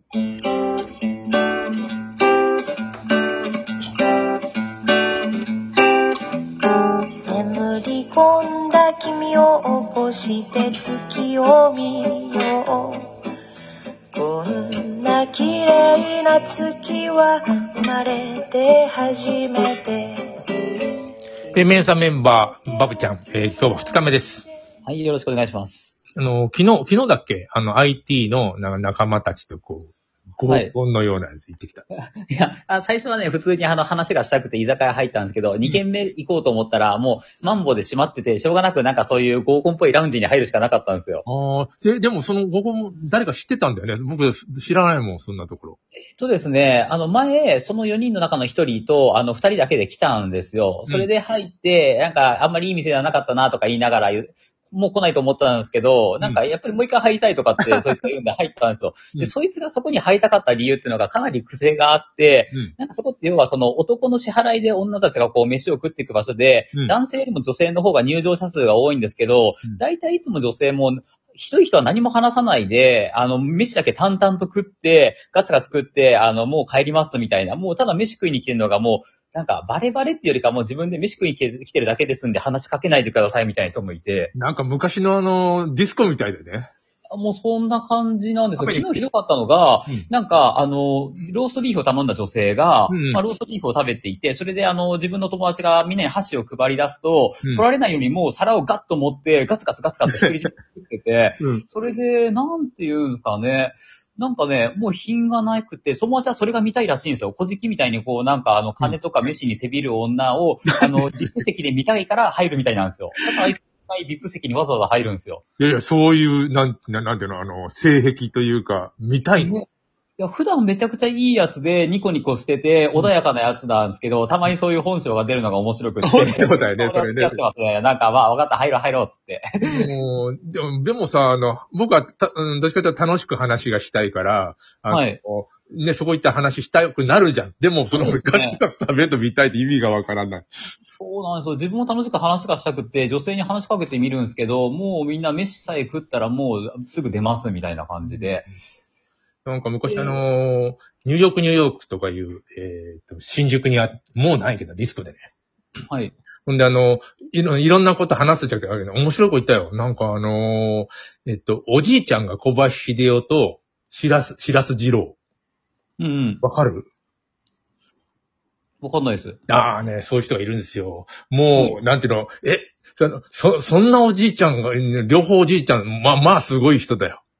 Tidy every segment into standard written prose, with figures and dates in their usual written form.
り込んだ君を起こして月を見よう。こんな綺麗な月は生まれて初めて。 メンサメンバー、バブちゃん、今日は2日目です。 はい、よろしくお願いします。 昨日だっけIT の仲間たちと合コンのようなやつ行ってきた。 いや、最初はね、普通に話がしたくて居酒屋入ったんですけど、2軒目行こうと思ったら、もう、マンボで閉まってて、しょうがなくなんかそういう合コンっぽいラウンジに入るしかなかったんですよ。 でもその合コンも誰か知ってたんだよね。僕知らないもん、そんなところ。 ですね、前、その4人の中の1人と、2人だけで来たんですよ。それで入って、なんか、あんまりいい店ではなかったなとか言いながら、もう来ないと思ったんですけど、なんかやっぱりもう一回入りたいとかって、そいつが言うんで入ったんですよ。で、そいつがそこに入りたかった理由っていうのがかなり癖があって、なんかそこって要はその男の支払いで女たちがこう飯を食っていく場所で、男性よりも女性の方が入場者数が多いんですけど、大体いつも女性も、ひどい人は何も話さないで、飯だけ淡々と食って、ガツガツ食って、もう帰りますみたいな、もうただ飯食いに来てるのがもう、なんか、バレバレっていうよりかもう自分で飯食いに来てるだけですんで話しかけないでくださいみたいな人もいて。 なんか昔のディスコみたいだよね。 もうそんな感じなんですよ。昨日ひどかったのが、なんか、ローストビーフを頼んだ女性が、ローストビーフを食べていて、それで自分の友達がみんなに箸を配り出すと、取られないようにもう皿をガッと持って、ガツガツ一人で食ってて、それで、なんていうんですかね、なんかね、もう品がなくて、友達はそれが見たいらしいんですよ。小じきみたいにこう、なんか金とか飯にせびる女を、実席で見たいから入るみたいなんですよ。だからビップ席にわざわざ入るんですよ。 いやいや、そういう、なんていうの、性癖というか、見たいの。 いや、普段めちゃくちゃいいやつで、ニコニコしてて、穏やかなやつなんですけど、たまにそういう本性が出るのが面白くて。 そうだよね、それね。 やってますね。なんか、まあ、わかった、入ろう、つって。 でもさ、僕はどっちかというと楽しく話がしたいから、 はい。 ね、そこ行った話したくなるじゃん。でも、ガツガツ食べると見たいって意味がわからない。 そうなんですよ。自分も楽しく話がしたくて、女性に話しかけてみるんですけど、もうみんな飯さえ食ったらもうすぐ出ますみたいな感じで。 なんか昔ニューヨークとかいう、新宿にもうないけど、ディスコでね。 はい。 ほんでいろんなこと話すじゃけど、面白いこと言ったよ。なんかおじいちゃんが小林秀夫と、白洲二郎。わかる？ わかんないです。 ね、そういう人がいるんですよ。もう、なんていうの、そんなおじいちゃんが、両方おじいちゃん、まあ、すごい人だよ。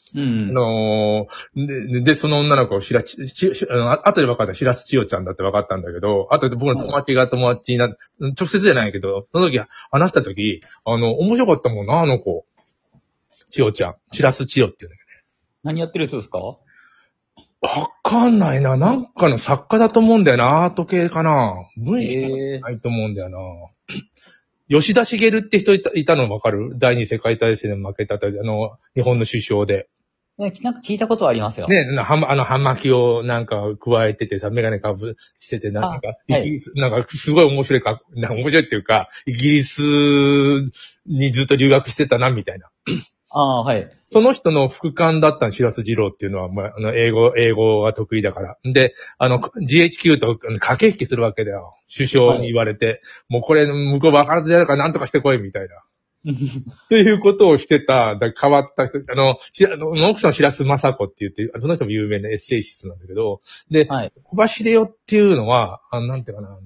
で、その女の子を後で分かった、白洲千代ちゃんだって分かったんだけど、後で僕の友達が友達に直接じゃないけど、その時話した時、面白かったもんな、あの子。千代ちゃん。白洲千代っていうんだけどね。 何やってる人ですか？ わかんないな。なんかの作家だと思うんだよな。アート系かな。文章ないと思うんだよな。吉田茂って人いたの分かる？第二次世界大戦で負けた、日本の首相で。 なんか聞いたことはありますよ。 ね、葉巻をなんか加えててさ、メガネかぶしてて、なんか、イギリス、なんかすごい面白いっていうか、イギリスにずっと留学してたな、みたいな。 はい。 その人の副官だった白洲二郎っていうのは、英語が得意だから。で、GHQ と駆け引きするわけだよ。首相に言われて、もうこれ、向こう分からずやるから何とかしてこい、みたいな。っていうことをしてた、変わった人、奥さん白洲正子って言って、その人も有名なエッセイシストなんだけど、で、小林秀夫っていうのは、なんていうかな、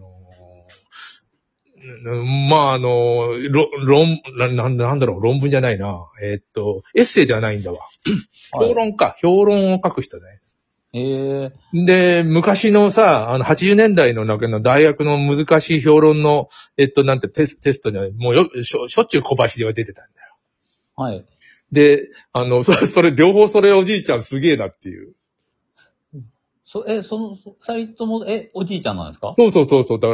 まあ、なんだろう、論文じゃないな。エッセイではないんだわ。評論を書く人ね。で、昔のさ、80年代の大学の難しい評論の、なんてテストには、もうしょっちゅう小林では出てたんだよ。 はい。 で、両方それおじいちゃんすげえなっていう。 その、二人とも、おじいちゃんなんですか？ そう。だから、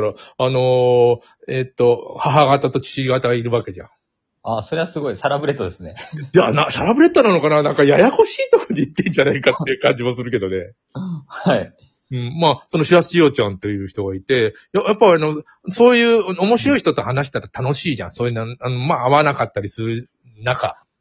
母方と父方がいるわけじゃん。 それはすごい、サラブレッドですね。 いや、サラブレッドなのかな？なんかややこしいとこに行ってんじゃないかっていう感じもするけどね。 はい。 まあ、その白洲千代ちゃんという人がいて、やっぱそういう面白い人と話したら楽しいじゃん。そういうまあ、合わなかったりする中。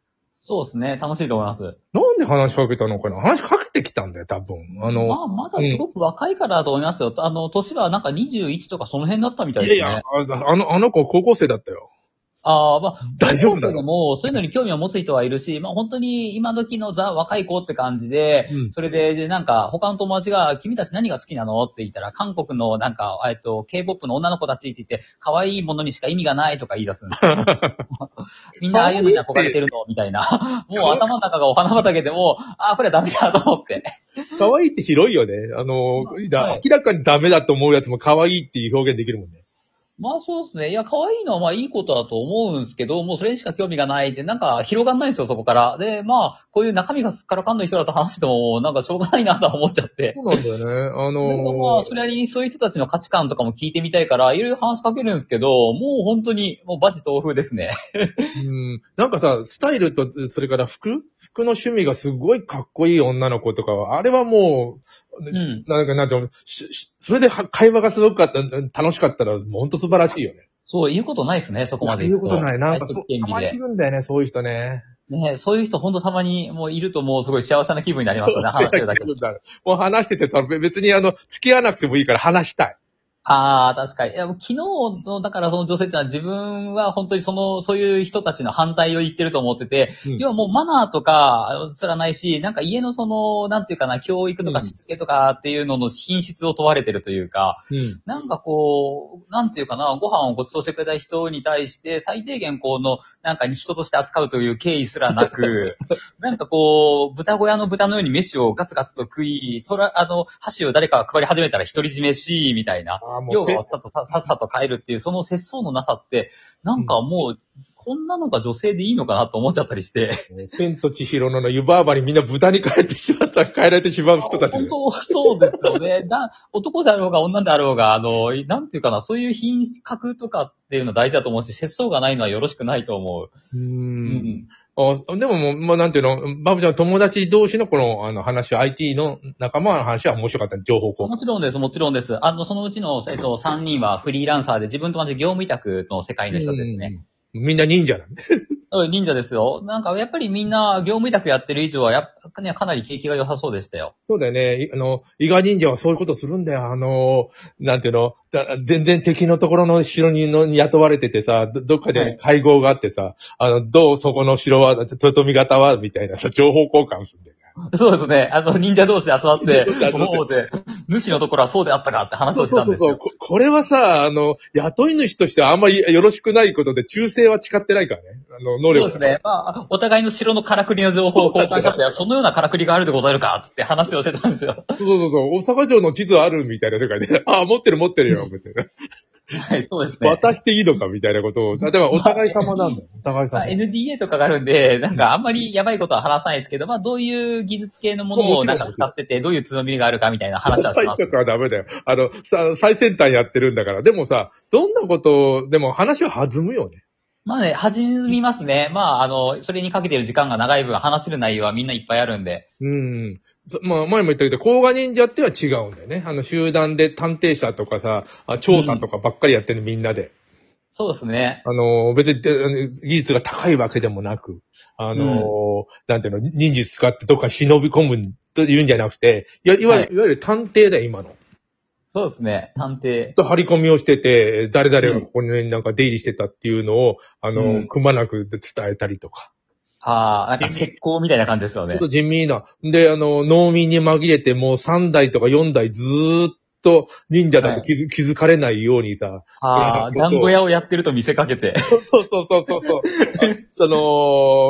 そうですね。楽しいと思います。 なんで話しかけたのかな、話しかけてきたんだよ、多分。 まだすごく若いからだと思いますよ。年はなんか21とかその辺だったみたいですね。 いやいや、あの子高校生だったよ。大丈夫だろ。 でも、そういうのに興味を持つ人はいるし、本当に今時の若い子って感じで、それで、なんか、他の友達が、君たち何が好きなのって言ったら、韓国のなんか、K-POP の女の子たちって言って、可愛いものにしか意味がないとか言い出すんですよ。みんなああいうのに憧れてるのみたいな。もう頭の中がお花畑でも、これはダメだと思って。 可愛いって広いよね。明らかにダメだと思うやつも可愛いっていう表現できるもんね。 そうですね。いや、可愛いのはいいことだと思うんですけど、もうそれにしか興味がないって、なんか広がんないんですよ、そこから。で、こういう中身がすっからかんの人だと話しても、なんかしょうがないなと思っちゃって。 そうなんだよね。 それなりにそういう人たちの価値観とかも聞いてみたいから、いろいろ話しかけるんですけど、もう本当に、もうバジ豆腐ですね。 なんかさ、スタイルと、それから服の趣味がすごいかっこいい女の子とかは、あれはもう、なんていうの、それで会話がすごく楽しかったら、本当素晴らしいよね。 そう、言うことないですね、そこまで言うことない。なんかたまにいるんだよね、そういう人ね。 ね、そういう人本当たまにもういるともうすごい幸せな気分になりますよね、話してるだけで。 もう話しててさ、別に付き合わなくてもいいから話したい。 確かに。いや、昨日の、だからその女性ってのは自分は本当にそういう人たちの反対を言ってると思ってて、要はもうマナーとかすらないし、なんか家のなんていうかな、教育とかしつけとかっていうのの品質を問われてるというか、なんかなんていうかな、ご飯をご馳走してくれた人に対して最低限なんか人として扱うという経緯すらなく、なんか豚小屋の豚のように飯をガツガツと食い、箸を誰かが配り始めたら独り占めし、みたいな。用が終わったとさっさと帰るっていう、その節操のなさって、なんかもう、こんなのが女性でいいのかなと思っちゃったりして。 千と千尋の湯婆婆にみんな豚に帰られてしまう人たち。 本当、そうですよね。男であろうが女であろうが、なんていうかな、そういう品格とかっていうの大事だと思うし、節操がないのはよろしくないと思う。 でももう、なんていうの、バブちゃん友達同士のこの、話、IT の仲間の話は面白かった、情報交換。 もちろんです、もちろんです。そのうちの、3人はフリーランサーで自分と同じ業務委託の世界の人ですね。 みんな忍者なんで。 忍者ですよ。なんか、やっぱりみんな業務委託やってる以上は、かなり景気が良さそうでしたよ。 そうだよね。伊賀忍者はそういうことするんだよ。なんていうの、全然敵のところの城に雇われててさ、どっかで会合があってさ、どうそこの城は、豊臣方は、みたいなさ、情報交換するんだよね。 そうですね。忍者同士で集まって、主のところはそうであったかって話をしてたんですよ。 そう。これはさ、雇い主としてはあんまりよろしくないことで、忠誠は誓ってないからね。能力。 そうですね。お互いの城のからくりの情報を交換し合って、そのようなからくりがあるでござるかって話をしてたんですよ。 そう。大阪城の地図あるみたいな世界で、持ってるよ、みたいな。 はい、そうですね。 渡していいのかみたいなことを、例えばお互い様なんだよ。お互い様。 NDA とかがあるんで、なんかあんまりやばいことは話さないですけど、どういう技術系のものをなんか使ってて、どういう強みがあるかみたいな話はします。 とかはダメだよ。最先端やってるんだから。でもさ、どんなことでも話は弾むよね。 弾みますね。それにかけてる時間が長い分話せる内容はみんないっぱいあるんで。 前も言ったけど、甲賀忍者っては違うんだよね。集団で探偵者とかさ、調査とかばっかりやってるみんなで。 そうですね。 別に技術が高いわけでもなく、なんていうの、忍術使ってどっか忍び込むというんじゃなくて、いわゆる探偵だよ、今の。 そうですね、探偵。 張り込みをしてて、誰々がここになんか出入りしてたっていうのを、くまなく伝えたりとか。 なんか石膏みたいな感じですよね。 ちょっと地味な。で、農民に紛れてもう3代とか4代ずーっと忍者だと気づかれないようにさ。 団子屋をやってると見せかけて。 そう。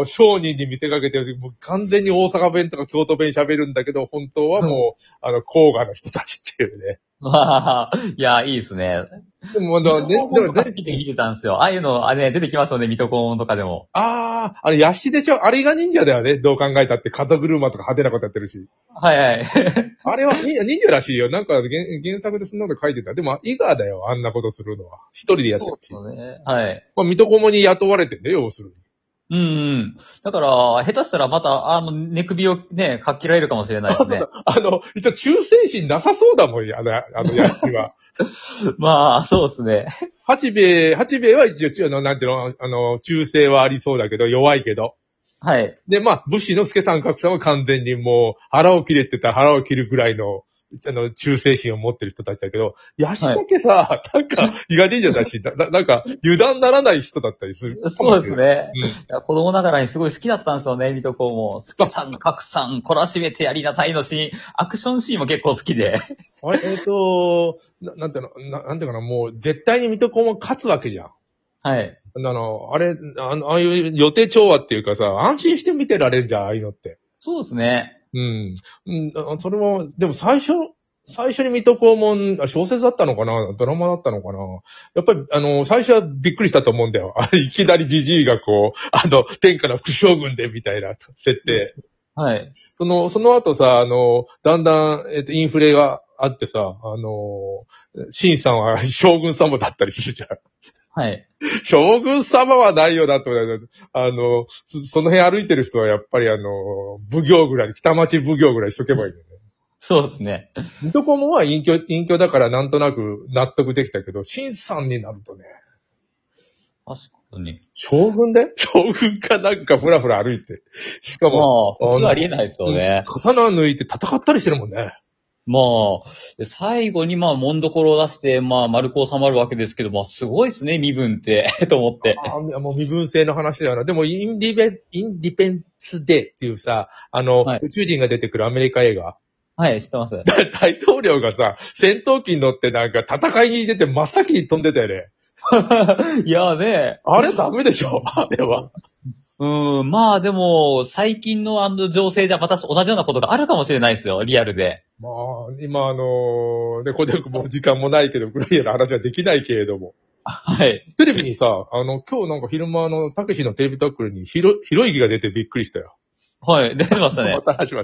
商人に見せかけて、もう完全に大阪弁とか京都弁喋るんだけど、本当はもう、甲賀の人たちっていうね。 いや、いいですね。 でも、 好きで聞いてたんですよ。ああいうの、出てきますよね、水戸黄門とかでも。 あれ、ヤシでしょ？あれが忍者だよね。どう考えたって、風車とか派手なことやってるし。 はい。 あれは忍者らしいよ。なんか原作でそんなこと書いてた。でも、伊賀だよ、あんなことするのは。一人でやってるし。 そうですね。はい。 水戸黄門に雇われてんだよ、要するに。 だから、下手したらまた、寝首をね、かっ切られるかもしれないですね。 一応、忠誠心なさそうだもん、ヤシは。 そうですね。 八兵衛は一応、なんていうの、忠誠はありそうだけど、弱いけど。 はい。 で、まあ、武士の助三角さんは完全にもう、腹を切れって言ったら腹を切るぐらいの、忠誠心を持ってる人たちだけど、ヤシタケさ、なんか、意外にいいじゃないし、なんか、油断ならない人だったりする。 そうですね。 うん。 いや子供ながらにすごい好きだったんですよね、水戸黄門。助さん、角さん、懲らしめてやりなさいのシーン、アクションシーンも結構好きで。 あれ、なんていうの、なんていうかな、もう、絶対に水戸黄門勝つわけじゃん。 はい。 あれ、ああいう予定調和っていうかさ、安心して見てられるじゃん、ああいうのって。 そうですね。 うん。それも、でも最初に水戸黄門、小説だったのかなドラマだったのかなやっぱり、最初はびっくりしたと思うんだよ。いきなりジジイがこう、天下の副将軍で、みたいな設定。 はい。 その後さ、だんだん、インフレがあってさ、秦さんは将軍様だったりするじゃん。 はい。 将軍様はないよなと思ったけど、その辺歩いてる人はやっぱり奉行ぐらい、北町奉行ぐらいしとけばいいよね。 そうですね。 水戸黄門は隠居だからなんとなく納得できたけど、秦さんになるとね、 確かに。 将軍かなんかふらふら歩いて。しかも、 まあ、普通ありえないですよね。 刀抜いて戦ったりしてるもんね。 まあ、で最後にまあ、紋所を出して、まあ、丸く収まるわけですけど、まあ、すごいですね、身分って、と思って。 もう身分制の話だよな。でも、インディペンスデーっていうさ、 はい宇宙人が出てくるアメリカ映画。 はい、知ってます。 大統領がさ、戦闘機に乗ってなんか戦いに出て真っ先に飛んでたよね。 いやね。 あれダメでしょあれは。 まあでも、最近の情勢じゃまた同じようなことがあるかもしれないですよ、リアルで。 まあ、今で、これでもう時間もないけど、ぐらいの話はできないけれども。 はい。 テレビにさ、今日なんか昼間たけしのテレビタックルにひろゆきが出てびっくりしたよ。 はい、出てましたね。 また話します